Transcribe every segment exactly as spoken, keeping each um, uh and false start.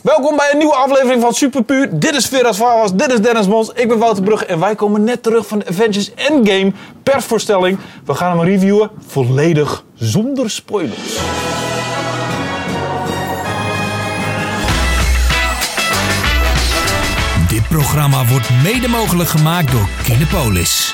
Welkom bij een nieuwe aflevering van Superpuur. Dit is Veras Varwas, dit is Dennis Mons, ik ben Wouter Brugge en wij komen net terug van de Avengers Endgame persvoorstelling. We gaan hem reviewen, volledig zonder spoilers. Dit programma wordt mede mogelijk gemaakt door Kinepolis.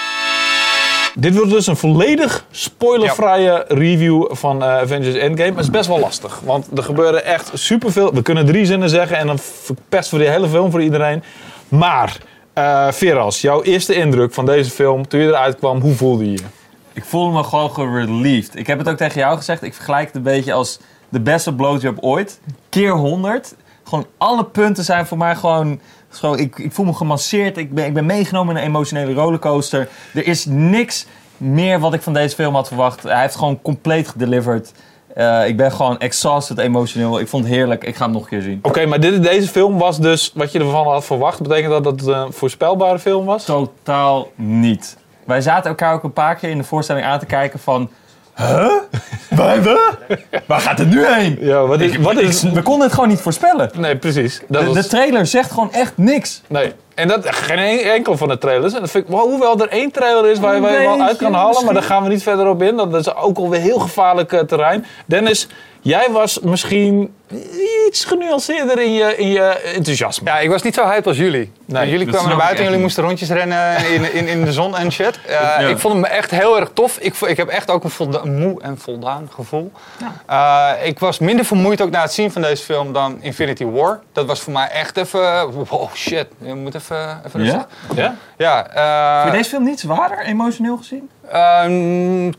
Dit wordt dus een volledig spoilervrije ja. review van uh, Avengers Endgame. Het is best wel lastig, want er gebeuren echt superveel. We kunnen drie zinnen zeggen en dan verpesten we die hele film voor iedereen. Maar, uh, Veras, jouw eerste indruk van deze film, toen je eruit kwam, hoe voelde je je? Ik voelde me gewoon gerelieved. Ik heb het ook tegen jou gezegd, ik vergelijk het een beetje als de beste blowjob ooit. Keer honderd. Gewoon alle punten zijn voor mij gewoon... Gewoon, ik, ik voel me gemasseerd, ik ben, ik ben meegenomen in een emotionele rollercoaster. Er is niks meer wat ik van deze film had verwacht. Hij heeft gewoon compleet gedelivered. Uh, ik ben gewoon exhausted emotioneel. Ik vond het heerlijk, ik ga hem nog een keer zien. Oké, okay, maar dit, deze film was dus wat je ervan had verwacht. Betekent dat dat het een voorspelbare film was? Totaal niet. Wij zaten elkaar ook een paar keer in de voorstelling aan te kijken van... Huh? Waar, waar? Waar gaat het nu heen? Ja, wat is, wat is... Ik, we konden het gewoon niet voorspellen. Nee, precies. Dat de, was... de trailer zegt gewoon echt niks. Nee. En dat geen enkel van de trailers. En dat vind ik, hoewel er één trailer is waar je wel uit kan halen, misschien. Maar daar gaan we niet verder op in. Dat is ook alweer heel gevaarlijk uh, terrein. Dennis, jij was misschien iets genuanceerder in je, in je enthousiasme. Ja, ik was niet zo hyped als jullie. Nee, jullie kwamen naar buiten en jullie moesten rondjes rennen in, in, in de zon en shit. Uh, ja. Ik vond hem echt heel erg tof. Ik, ik heb echt ook een, volda- een moe en voldaan gevoel. Ja. Uh, ik was minder vermoeid ook na het zien van deze film dan Infinity War. Dat was voor mij echt even... Oh shit, je moet even, even ja? Ja? Ja. Uh, Vond je deze film niet zwaarder, emotioneel gezien? Uh, mm,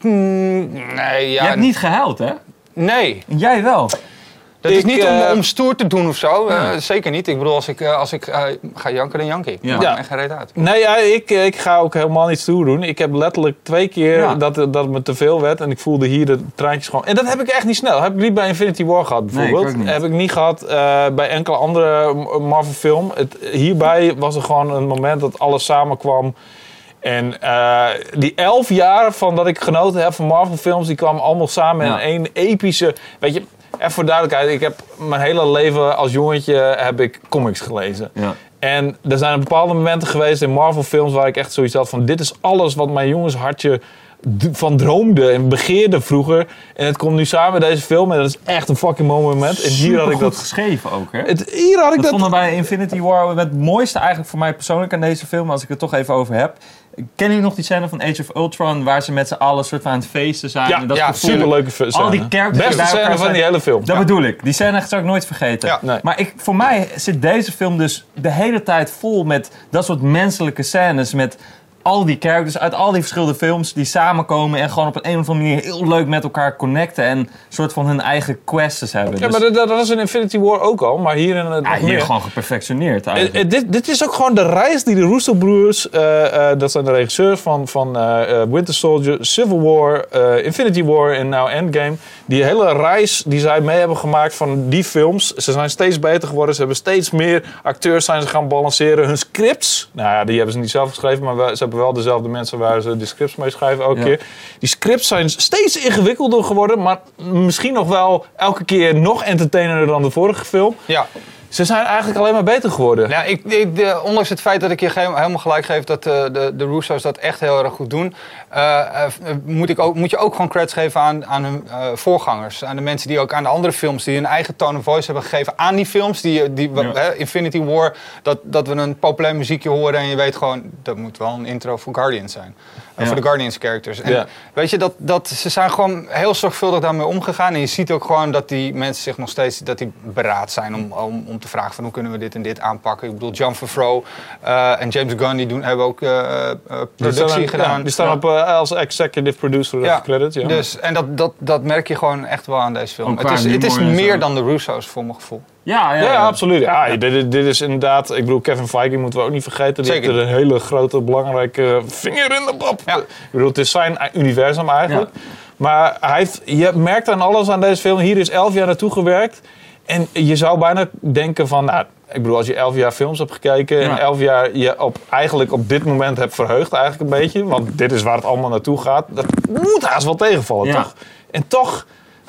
nee, ja. Je hebt niet gehuild, hè? Nee. En jij wel. Dat ik, is niet om, uh, om stoer te doen of zo. Ja. Uh, zeker niet. Ik bedoel, als ik, uh, als ik uh, ga janken, dan jank ik. Ja. Maakt me echt geen reet uit. Nee, ja, ik, ik ga ook helemaal niet stoer doen. Ik heb letterlijk twee keer ja. dat, dat het me te veel werd. En ik voelde hier de traantjes gewoon... En dat heb ik echt niet snel. Dat heb ik niet bij Infinity War gehad, bijvoorbeeld. Nee, ik ook niet. Heb ik niet gehad uh, bij enkele andere Marvel film. Het, hierbij was er gewoon een moment dat alles samenkwam. En uh, die elf jaar van dat ik genoten heb van Marvel films, die kwamen allemaal samen ja. in één epische... Weet je, even voor duidelijkheid, ik heb mijn hele leven als jongetje heb ik comics gelezen. Ja. En er zijn bepaalde momenten geweest in Marvel films waar ik echt zoiets had van, dit is alles wat mijn jongenshartje van droomde en begeerde vroeger. En het komt nu samen met deze film en dat is echt een fucking mooi moment. En hier had ik dat geschreven ook, hè? Het, hier had ik dat. dat vonden wij Infinity War het mooiste eigenlijk voor mij persoonlijk aan deze film, als ik het toch even over heb. Kennen jullie nog die scène van Age of Ultron waar ze met z'n allen soort van aan het feesten zijn? Ja, en dat ja superleuke scène. Al die characters beste scène van die hele film. Dat ja. bedoel ik. Die scène zou ik nooit vergeten. Ja. Nee. Maar ik, voor mij zit deze film dus de hele tijd vol met dat soort menselijke scènes, met al die characters uit al die verschillende films die samenkomen en gewoon op een, een of andere manier heel leuk met elkaar connecten en een soort van hun eigen quests hebben. Ja, dus, maar dat, dat was in Infinity War ook al, maar hier in het ja, nog hier meer. gewoon geperfectioneerd eigenlijk. Uh, dit, dit is ook gewoon de reis die de Russo broers, uh, uh, dat zijn de regisseurs van, van uh, Winter Soldier, Civil War, uh, Infinity War en now Endgame. Die hele reis die zij mee hebben gemaakt van die films. Ze zijn steeds beter geworden. Ze hebben steeds meer acteurs zijn ze gaan balanceren. Hun scripts, nou ja, die hebben ze niet zelf geschreven, maar we, ze hebben wel dezelfde mensen waar ze de scripts mee schrijven elke ja. keer. Die scripts zijn steeds ingewikkelder geworden, maar misschien nog wel elke keer nog entertainender dan de vorige film. Ja. Ze zijn eigenlijk alleen maar beter geworden. Ja, ik, ik, de, ondanks het feit dat ik je helemaal gelijk geef dat uh, de, de Russo's dat echt heel erg goed doen, uh, uh, moet, ik ook, moet je ook gewoon credits geven aan, aan hun uh, voorgangers. Aan de mensen die ook aan de andere films, die hun eigen tone of voice hebben gegeven aan die films. Die, die, ja. uh, Infinity War, dat, dat we een populair muziekje horen en je weet gewoon, dat moet wel een intro voor Guardians zijn. Uh, ja. Voor de Guardians characters. En ja. weet je, dat, dat, ze zijn gewoon heel zorgvuldig daarmee omgegaan. En je ziet ook gewoon dat die mensen zich nog steeds, dat die beraad zijn om, om, om te vragen van hoe kunnen we dit en dit aanpakken. Ik bedoel, Jon Favreau uh, en James Gunn die doen, hebben ook uh, uh, productie die gedaan. Ja, die staan ja. op uh, als executive producer ja. gecredit. Ja. Dus, en dat, dat, dat merk je gewoon echt wel aan deze film. Het is, het is meer dan de Russo's voor mijn gevoel. Ja, ja, ja, ja. ja absoluut. Ja, ja. Dit, dit is inderdaad... Ik bedoel, Kevin Feige moeten we ook niet vergeten. Die Zeker. heeft er een hele grote, belangrijke vinger in de pap. Ja. Ik bedoel, het is zijn universum eigenlijk. Ja. Maar hij heeft, je merkt aan alles aan deze film. Hier is elf jaar naartoe gewerkt. En je zou bijna denken van... Nou, ik bedoel, als je elf jaar films hebt gekeken... Ja. en elf jaar je op, eigenlijk op dit moment hebt verheugd eigenlijk een beetje... want dit is waar het allemaal naartoe gaat... dat moet haast wel tegenvallen, ja. toch? En toch...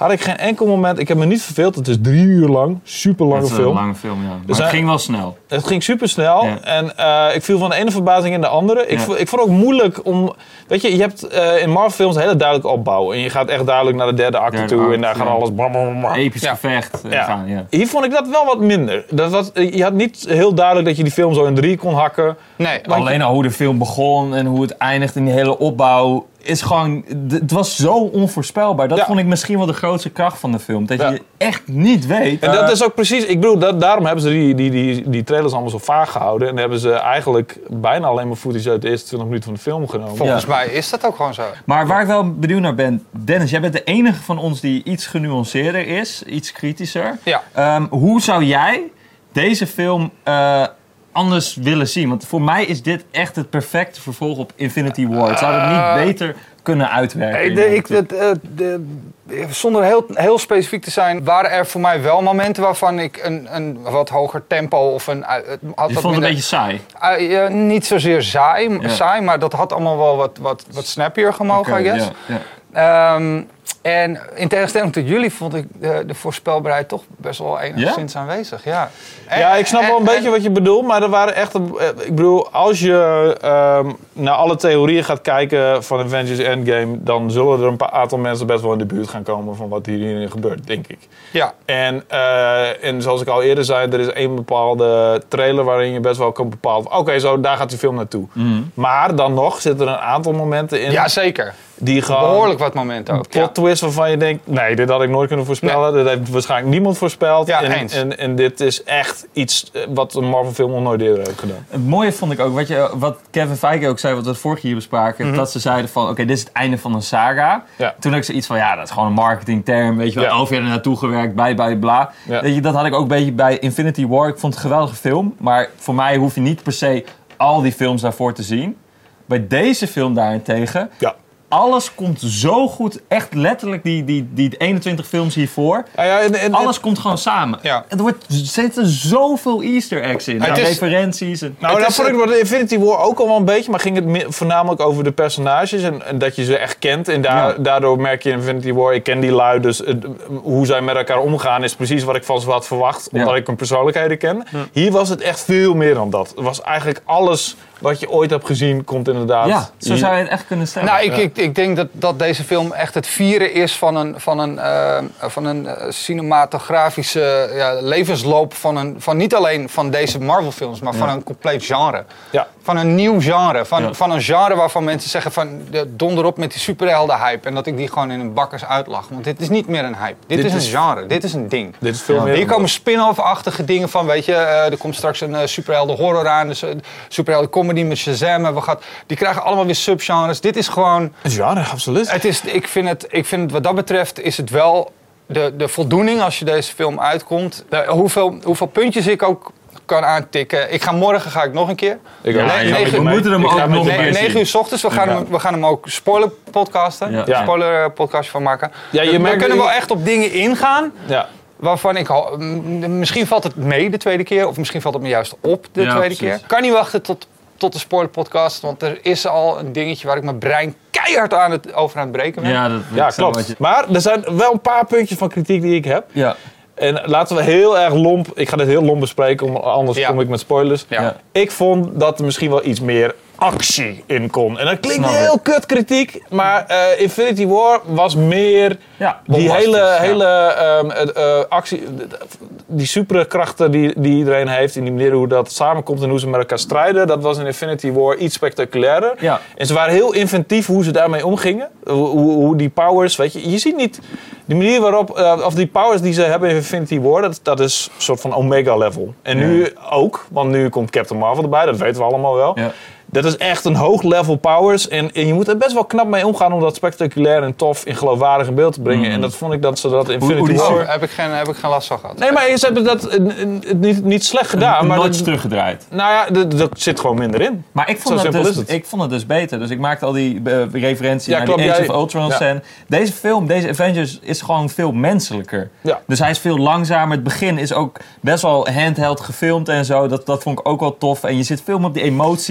had ik geen enkel moment... Ik heb me niet verveeld. Het is drie uur lang. Super lange Dat is film. een lange film, ja. Maar Dus het hij- ging wel snel. Het ging super snel. Ja. En uh, ik viel van de ene verbazing in de andere. Ik, Ja. vond, ik vond het ook moeilijk om... Weet je, je hebt uh, in Marvel films een hele duidelijke opbouw. En je gaat echt duidelijk naar de derde acte Derde toe. act, en daar gaat ja. alles... Bam, bam, bam. Episch Ja. gevecht. eh, Ja. Gaan, ja. Hier vond ik dat wel wat minder. Dat was, je had niet heel duidelijk dat je die film zo in drie kon hakken. Nee, Alleen al hoe de film begon en hoe het eindigt in die hele opbouw... is gewoon... d- Het was zo onvoorspelbaar. Dat Ja. vond ik misschien wel de grootste kracht van de film. Dat Ja. je echt niet weet... En dat Uh, is ook precies... Ik bedoel, dat, daarom hebben ze die, die, die, die trailers allemaal zo vaag gehouden. En hebben ze eigenlijk bijna alleen maar footage uit de eerste twintig minuten van de film genomen. volgens Ja. mij is dat ook gewoon zo. Maar waar ik wel benieuwd naar ben... Dennis, jij bent de enige van ons die iets genuanceerder is. Iets kritischer. Ja. Um, hoe zou jij deze film uh, anders willen zien? Want voor mij is dit echt het perfecte vervolg op Infinity War. Het zou het niet beter kunnen uitwerken. Ik, de, ik, de, de, de, zonder heel, heel specifiek te zijn, waren er voor mij wel momenten waarvan ik een, een wat hoger tempo of een... Had Je wat vond het minder- een beetje saai. Uh, ja, niet zozeer saai, Ja. saai, maar dat had allemaal wel wat, wat, wat snappier gemogen, Oké, I guess. ja, ja. Ehm, en in tegenstelling tot jullie vond ik de, de voorspelbaarheid toch best wel enigszins aanwezig. Ja, En- Ja, ik snap wel een en- beetje wat je bedoelt, maar er waren echt... een- eh, Ik bedoel, als je ehm, naar alle theorieën gaat kijken van Avengers Endgame... dan zullen er een paar aantal mensen best wel in de buurt gaan komen van wat hierin gebeurt, denk ik. Ja, En, eh, en zoals ik al eerder zei, er is één bepaalde trailer waarin je best wel kan bepalen... Oké, zo daar gaat die film naartoe. Maar dan nog zitten er een aantal momenten in ja zeker. die gewoon... Behoorlijk wat momenten ook. plot Ja. twist waarvan je denkt, nee, dit had ik nooit kunnen voorspellen. Dat heeft waarschijnlijk niemand voorspeld. Ja, en, eens. en, en dit is echt iets eh, wat een Marvel film nog nooit eerder heeft gedaan. Het mooie vond ik ook, wat, je, wat Kevin Feige ook zei, wat we het vorige hier bespraken, Mhm. dat ze zeiden van, oké, dit is het einde van een saga. Ja. Toen had ik zoiets van, ja, dat is gewoon een marketingterm, weet je wel, Ja. elf jaar er naartoe gewerkt, bij, bij, bla. Ja. Weet je, dat had ik ook een beetje bij Infinity War. Ik vond het een geweldige film, maar voor mij hoef je niet per se al die films daarvoor te zien. Bij deze film daarentegen, Ja. alles komt zo goed, echt letterlijk die, die, die eenentwintig films hiervoor. Ja, ja, en, en, Alles komt gewoon samen. Ja. Er wordt, er zitten zoveel Easter eggs in. Het Ja, is- referenties. En, Nou, Het dat is- vond ik bij Infinity War ook al wel een beetje, maar ging het meer, voornamelijk over de personages en, en dat je ze echt kent. En daar, Ja. daardoor merk je in Infinity War, ik ken die lui, dus het, hoe zij met elkaar omgaan is precies wat ik van ze had verwacht, omdat Ja. ik hun persoonlijkheden ken. Hier was het echt veel meer dan dat. Het was eigenlijk alles wat je ooit hebt gezien, komt inderdaad... ja, zo zou je het echt kunnen stellen. Nou, ik, ik, ik denk dat, dat deze film echt het vieren is van een, van een, eh, van een eh, cinematografische ja, levensloop van, een, van niet alleen van deze Marvel-films, maar van Ja. een compleet genre. Ja. Van een nieuw genre. Van, Ja. van een genre waarvan mensen zeggen van de, donder op met die superhelden-hype. En dat ik die gewoon in een bakkers uitlach. Want dit is niet meer een hype. Dit, Dit is een is- genre. Dit is een ding. Dit is veel Ja. meer Hier dan komen spin-off-achtige dingen van, weet je, eh, er komt straks een uh, superhelden horror aan, dus een superhelden comedy met Shazam. En we gaan, die krijgen allemaal weer subgenres. Dit is gewoon, dat. Ja, absoluut. het is, ik, vind het, ik vind het wat dat betreft is het wel de, de voldoening als je deze film uitkomt. De, hoeveel, hoeveel puntjes ik ook kan aantikken. Ik ga morgen ga ik nog een keer. Ik Ja, ook. ja, Ik ga we met je moeten mee. hem Ik ook ga met nog je een mee. keer negen zien. uur 's ochtends. We gaan, Ja. hem, we gaan hem ook spoiler podcasten. Ja. Ja. Spoiler podcast van maken. Ja, je we merkt- kunnen wel echt op dingen ingaan. Ja. Waarvan ik, ho- m- misschien valt het mee de tweede keer, of misschien valt het me juist op de Ja, tweede precies. keer. Kan niet wachten tot, tot de spoilerpodcast, want er is al een dingetje waar ik mijn brein keihard aan het, over aan het breken ben. Ja, dat, Ja, ik snap wat klopt. je- Maar er zijn wel een paar puntjes van kritiek die ik heb. Ja. En laten we heel erg lomp... Ik ga dit heel lomp bespreken, om- anders Ja. kom ik met spoilers. Ja. Ja. Ik vond dat er misschien wel iets meer actie in kon. En dat klinkt Snap heel ik. kut kritiek, maar eh, Infinity War was meer... Ja, Die bombastisch, hele, ja. hele ehm, eh, eh, actie, die superkrachten die, die iedereen heeft, en die manier hoe dat samenkomt en hoe ze met elkaar strijden, dat was in Infinity War iets spectaculairder. Ja. En ze waren heel inventief hoe ze daarmee omgingen. Hoe, hoe, hoe die powers, weet je, je ziet niet de manier waarop, eh, of die powers die ze hebben in Infinity War, dat, dat is een soort van Omega level. En Ja. nu ook, want nu komt Captain Marvel erbij, dat weten we allemaal wel. Ja. Dat is echt een hoog level powers. En, en je moet er best wel knap mee omgaan om dat spectaculair en tof in geloofwaardig in beeld te brengen. Mm. En dat vond ik dat ze dat in Hoe- hoe Infinity die War... Oh, heb ik, geen, heb ik geen last van gehad. Nee, maar ze hebben dat eh, eh, niet, niet slecht gedaan. Maar Nooit dat, teruggedraaid. nou ja, er- er zit gewoon minder in. Maar ik Zo vond, het simpel dus, is het. ik vond het dus beter. Dus ik maakte al die eh, referenties Ja, naar klopt, die Age jij- of Ultron ja. scène. Deze film, deze Avengers, is gewoon veel menselijker. Ja. Dus hij is veel langzamer. Het begin is ook best wel handheld gefilmd en zo. Dat, dat vond ik ook wel tof. En je zit veel meer op die emotie. De-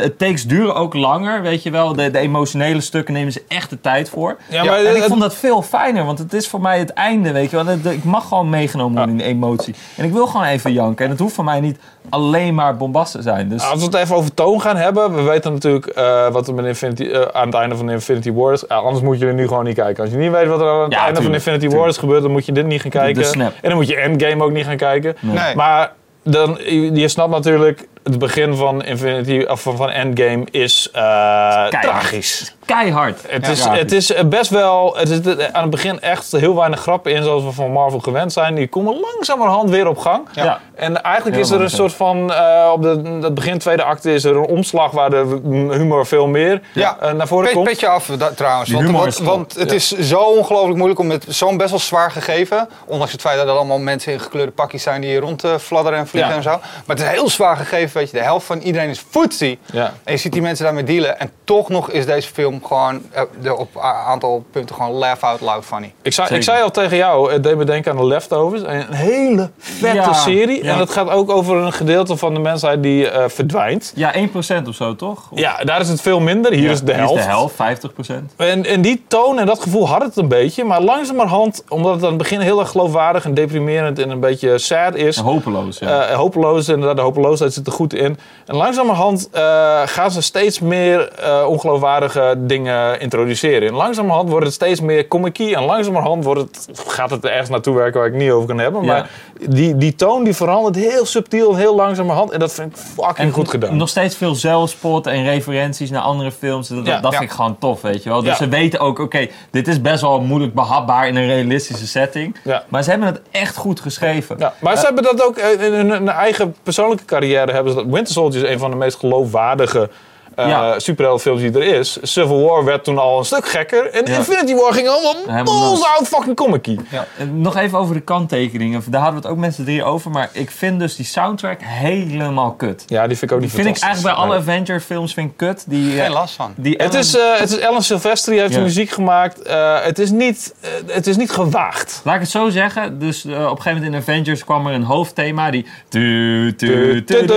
de takes duren ook langer, weet je wel. De, de emotionele stukken nemen ze echt de tijd voor. Ja, maar en het- ik vond dat veel fijner, want het is voor mij het einde, weet je wel. De- de- Ik mag gewoon meegenomen worden in de emotie. En ik wil gewoon even janken. En het hoeft voor mij niet alleen maar bombast te zijn. Dus Als we het even over toon gaan hebben. We weten natuurlijk eh, wat er met Infinity, uh, aan het einde van Infinity War is. Uh, anders moet je er nu gewoon niet kijken. Als je niet weet wat er aan het Ja, einde tuurlijk, van Infinity War tuurlijk. is gebeurd, dan moet je dit niet gaan kijken. de snap. En dan moet je Endgame ook niet gaan kijken. Nee. Maar dan, je snapt natuurlijk, het begin van Infinity of van, van Endgame is uh, tragisch. keihard. Het, Ja, is, tragisch. het is best wel. Het is aan het begin echt heel weinig grappen in, zoals we van Marvel gewend zijn. Die komen langzamerhand weer op gang. Ja. Ja. En eigenlijk Heel is er een langzaam. soort van. Uh, op de, het begin tweede acte is er een omslag waar de humor veel meer Ja. uh, naar voren Pet, komt. petje af da- trouwens. Die Want, humor want, is want het Ja. is zo ongelooflijk moeilijk om met zo'n best wel zwaar gegeven. Ondanks het feit dat er allemaal mensen in gekleurde pakjes zijn die hier rond uh, fladderen en vliegen Ja. en zo. Maar het is heel zwaar gegeven. Weet je, de helft van iedereen is footsie. Ja. En je ziet die mensen daarmee dealen. En toch nog is deze film gewoon uh, de, op een aantal punten gewoon laugh out loud funny. Ik zei, ik Zeker. zei al tegen jou, het deed me denken aan de Leftovers. Een hele vette Ja, serie. ja. En het gaat ook over een gedeelte van de mensheid die uh, verdwijnt. Ja, één procent of zo, toch? Of- Ja, daar is het veel minder. Hier Ja, is het de hier helft. is de helft, vijftig procent. En, en die toon en dat gevoel had het een beetje. Maar langzamerhand, omdat het aan het begin heel erg geloofwaardig en deprimerend en een beetje sad is. Hopeloos, ja. Uh, hopeloos, inderdaad, de hopeloosheid zit er goed in. En langzamerhand uh, gaan ze steeds meer uh, ongeloofwaardige dingen introduceren. En langzamerhand wordt het steeds meer comicie. En langzamerhand wordt het, gaat het er ergens naartoe werken waar ik het niet over kan hebben. Ja. Maar die, die toon die verandert heel subtiel en heel langzamerhand. En dat vind ik fucking goed gedaan. Nog steeds veel zelfspot en referenties naar andere films. Dat, Ja. dat Ja. vind ik gewoon tof, weet je wel. Dus Ja. ze weten ook, oké, dit is best wel moeilijk behapbaar in een realistische setting. Ja. Maar ze hebben het echt goed geschreven. Ja, maar ze hebben dat ook in hun, hun eigen persoonlijke carrière. Hebben ze dat. Winter Soldier is een van de meest geloofwaardige uh, Ja. superheldenfilms die er is. Civil War werd toen al een stuk gekker. En Ja. Infinity War ging allemaal Helemaal balls los. out fucking comicie. En nog even over de kanttekeningen. Daar hadden we het ook met z'n drieën over. Maar ik vind dus die soundtrack helemaal kut. Ja, die vind ik ook Die niet vind ik fantastisch. eigenlijk bij alle Nee. Avengers films vind ik kut. Die, Geen eh, last van. die Het is, uh, het is Alan Silvestri heeft Ja. de muziek gemaakt. Uh, het, is niet, uh, het is niet gewaagd. Laat ik het zo zeggen. Dus uh, op een gegeven moment in Avengers kwam er een hoofdthema die... Tu, tu, tu, tu.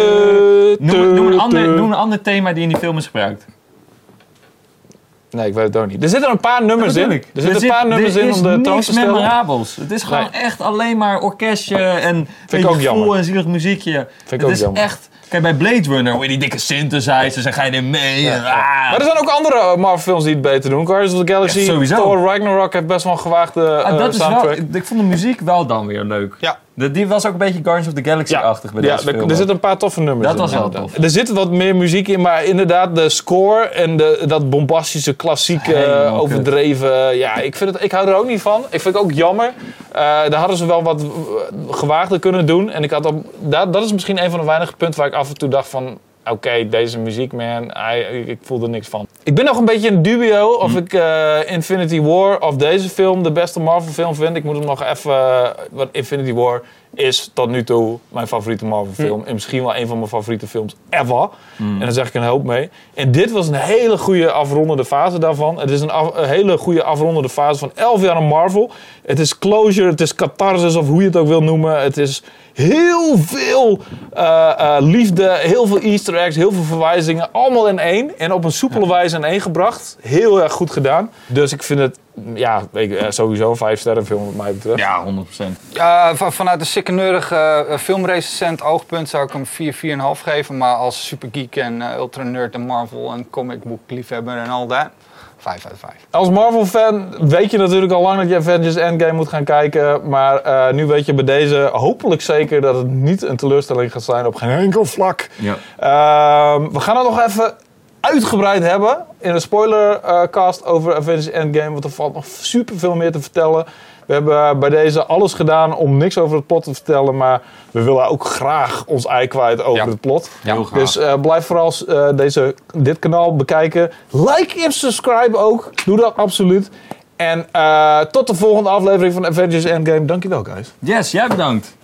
Noem, noem, een ander, noem een ander thema die in die film is gebruikt. Nee, ik weet het ook niet. Er zitten een paar nummers in. Er zitten een paar nummers in om de toon te stellen. memorabels. Het is gewoon Nee. echt alleen maar orkestje en ik ook gevoel jammer. en zielig muziekje. Vind ik het ook is jammer. echt... Kijk, bij Blade Runner hoor je die dikke synthesizers en ga je er mee. En, ah. Maar er zijn ook andere Marvel films die het beter doen. Guardians of the Galaxy, Ja, sowieso. Thor Ragnarok heeft best wel een gewaagde uh, Ah, dat is wel, soundtrack. ik, ik vond de muziek wel dan weer leuk. Ja. De, die was ook een beetje Guardians of the Galaxy-achtig bij ja, deze er, film. er zitten een paar toffe nummers Dat in. was wel inderdaad. tof. Er zit wat meer muziek in, maar inderdaad de score en de, dat bombastische, klassieke, Helemaal kut. overdreven. Ja, ik, vind het, ik hou er ook niet van. Ik vind het ook jammer. Uh, daar hadden ze wel wat gewaagder kunnen doen. En ik had op, dat, dat is misschien een van de weinige punten waar ik af en toe dacht van... Oké, okay, deze muziek, man, I, ik voel er niks van. Ik ben nog een beetje in dubio of ik uh, Infinity War of deze film de beste Marvel film vind. Ik moet hem nog even... Uh, want Infinity War is tot nu toe mijn favoriete Marvel film. En misschien wel een van mijn favoriete films ever. En daar zeg ik een hoop mee. En dit was een hele goede afrondende fase daarvan. Het is een, af, een hele goede afrondende fase van elf jaar aan Marvel. Het is closure, het is catharsis of hoe je het ook wil noemen. Het is heel veel uh, uh, liefde, heel veel easter eggs, heel veel verwijzingen. Allemaal in één. En op een soepele wijze in één gebracht. Heel erg goed gedaan. Dus ik vind het ja, ik, sowieso een vijf sterren film wat mij betreft. Ja, honderd procent. Uh, van, vanuit een sikkeneurig uh, filmrecensent oogpunt zou ik hem vier, vier komma vijf geven. Maar als supergeek en uh, ultra nerd en Marvel en comic book liefhebber en al dat, vijf uit vijf. Als Marvel-fan weet je natuurlijk al lang dat je Avengers Endgame moet gaan kijken. Maar uh, nu weet je bij deze hopelijk zeker dat het niet een teleurstelling gaat zijn op geen enkel vlak. Ja. Uh, we gaan het nog even uitgebreid hebben in een spoilercast uh, over Avengers Endgame. Want er valt nog super veel meer te vertellen. We hebben bij deze alles gedaan om niks over het plot te vertellen. Maar we willen ook graag ons ei kwijt over Ja. het plot. Heel graag. Dus uh, blijf vooral uh, deze, dit kanaal bekijken. Like en subscribe ook. Doe dat absoluut. En uh, tot de volgende aflevering van Avengers Endgame. Dankjewel, guys. Yes, jij bedankt.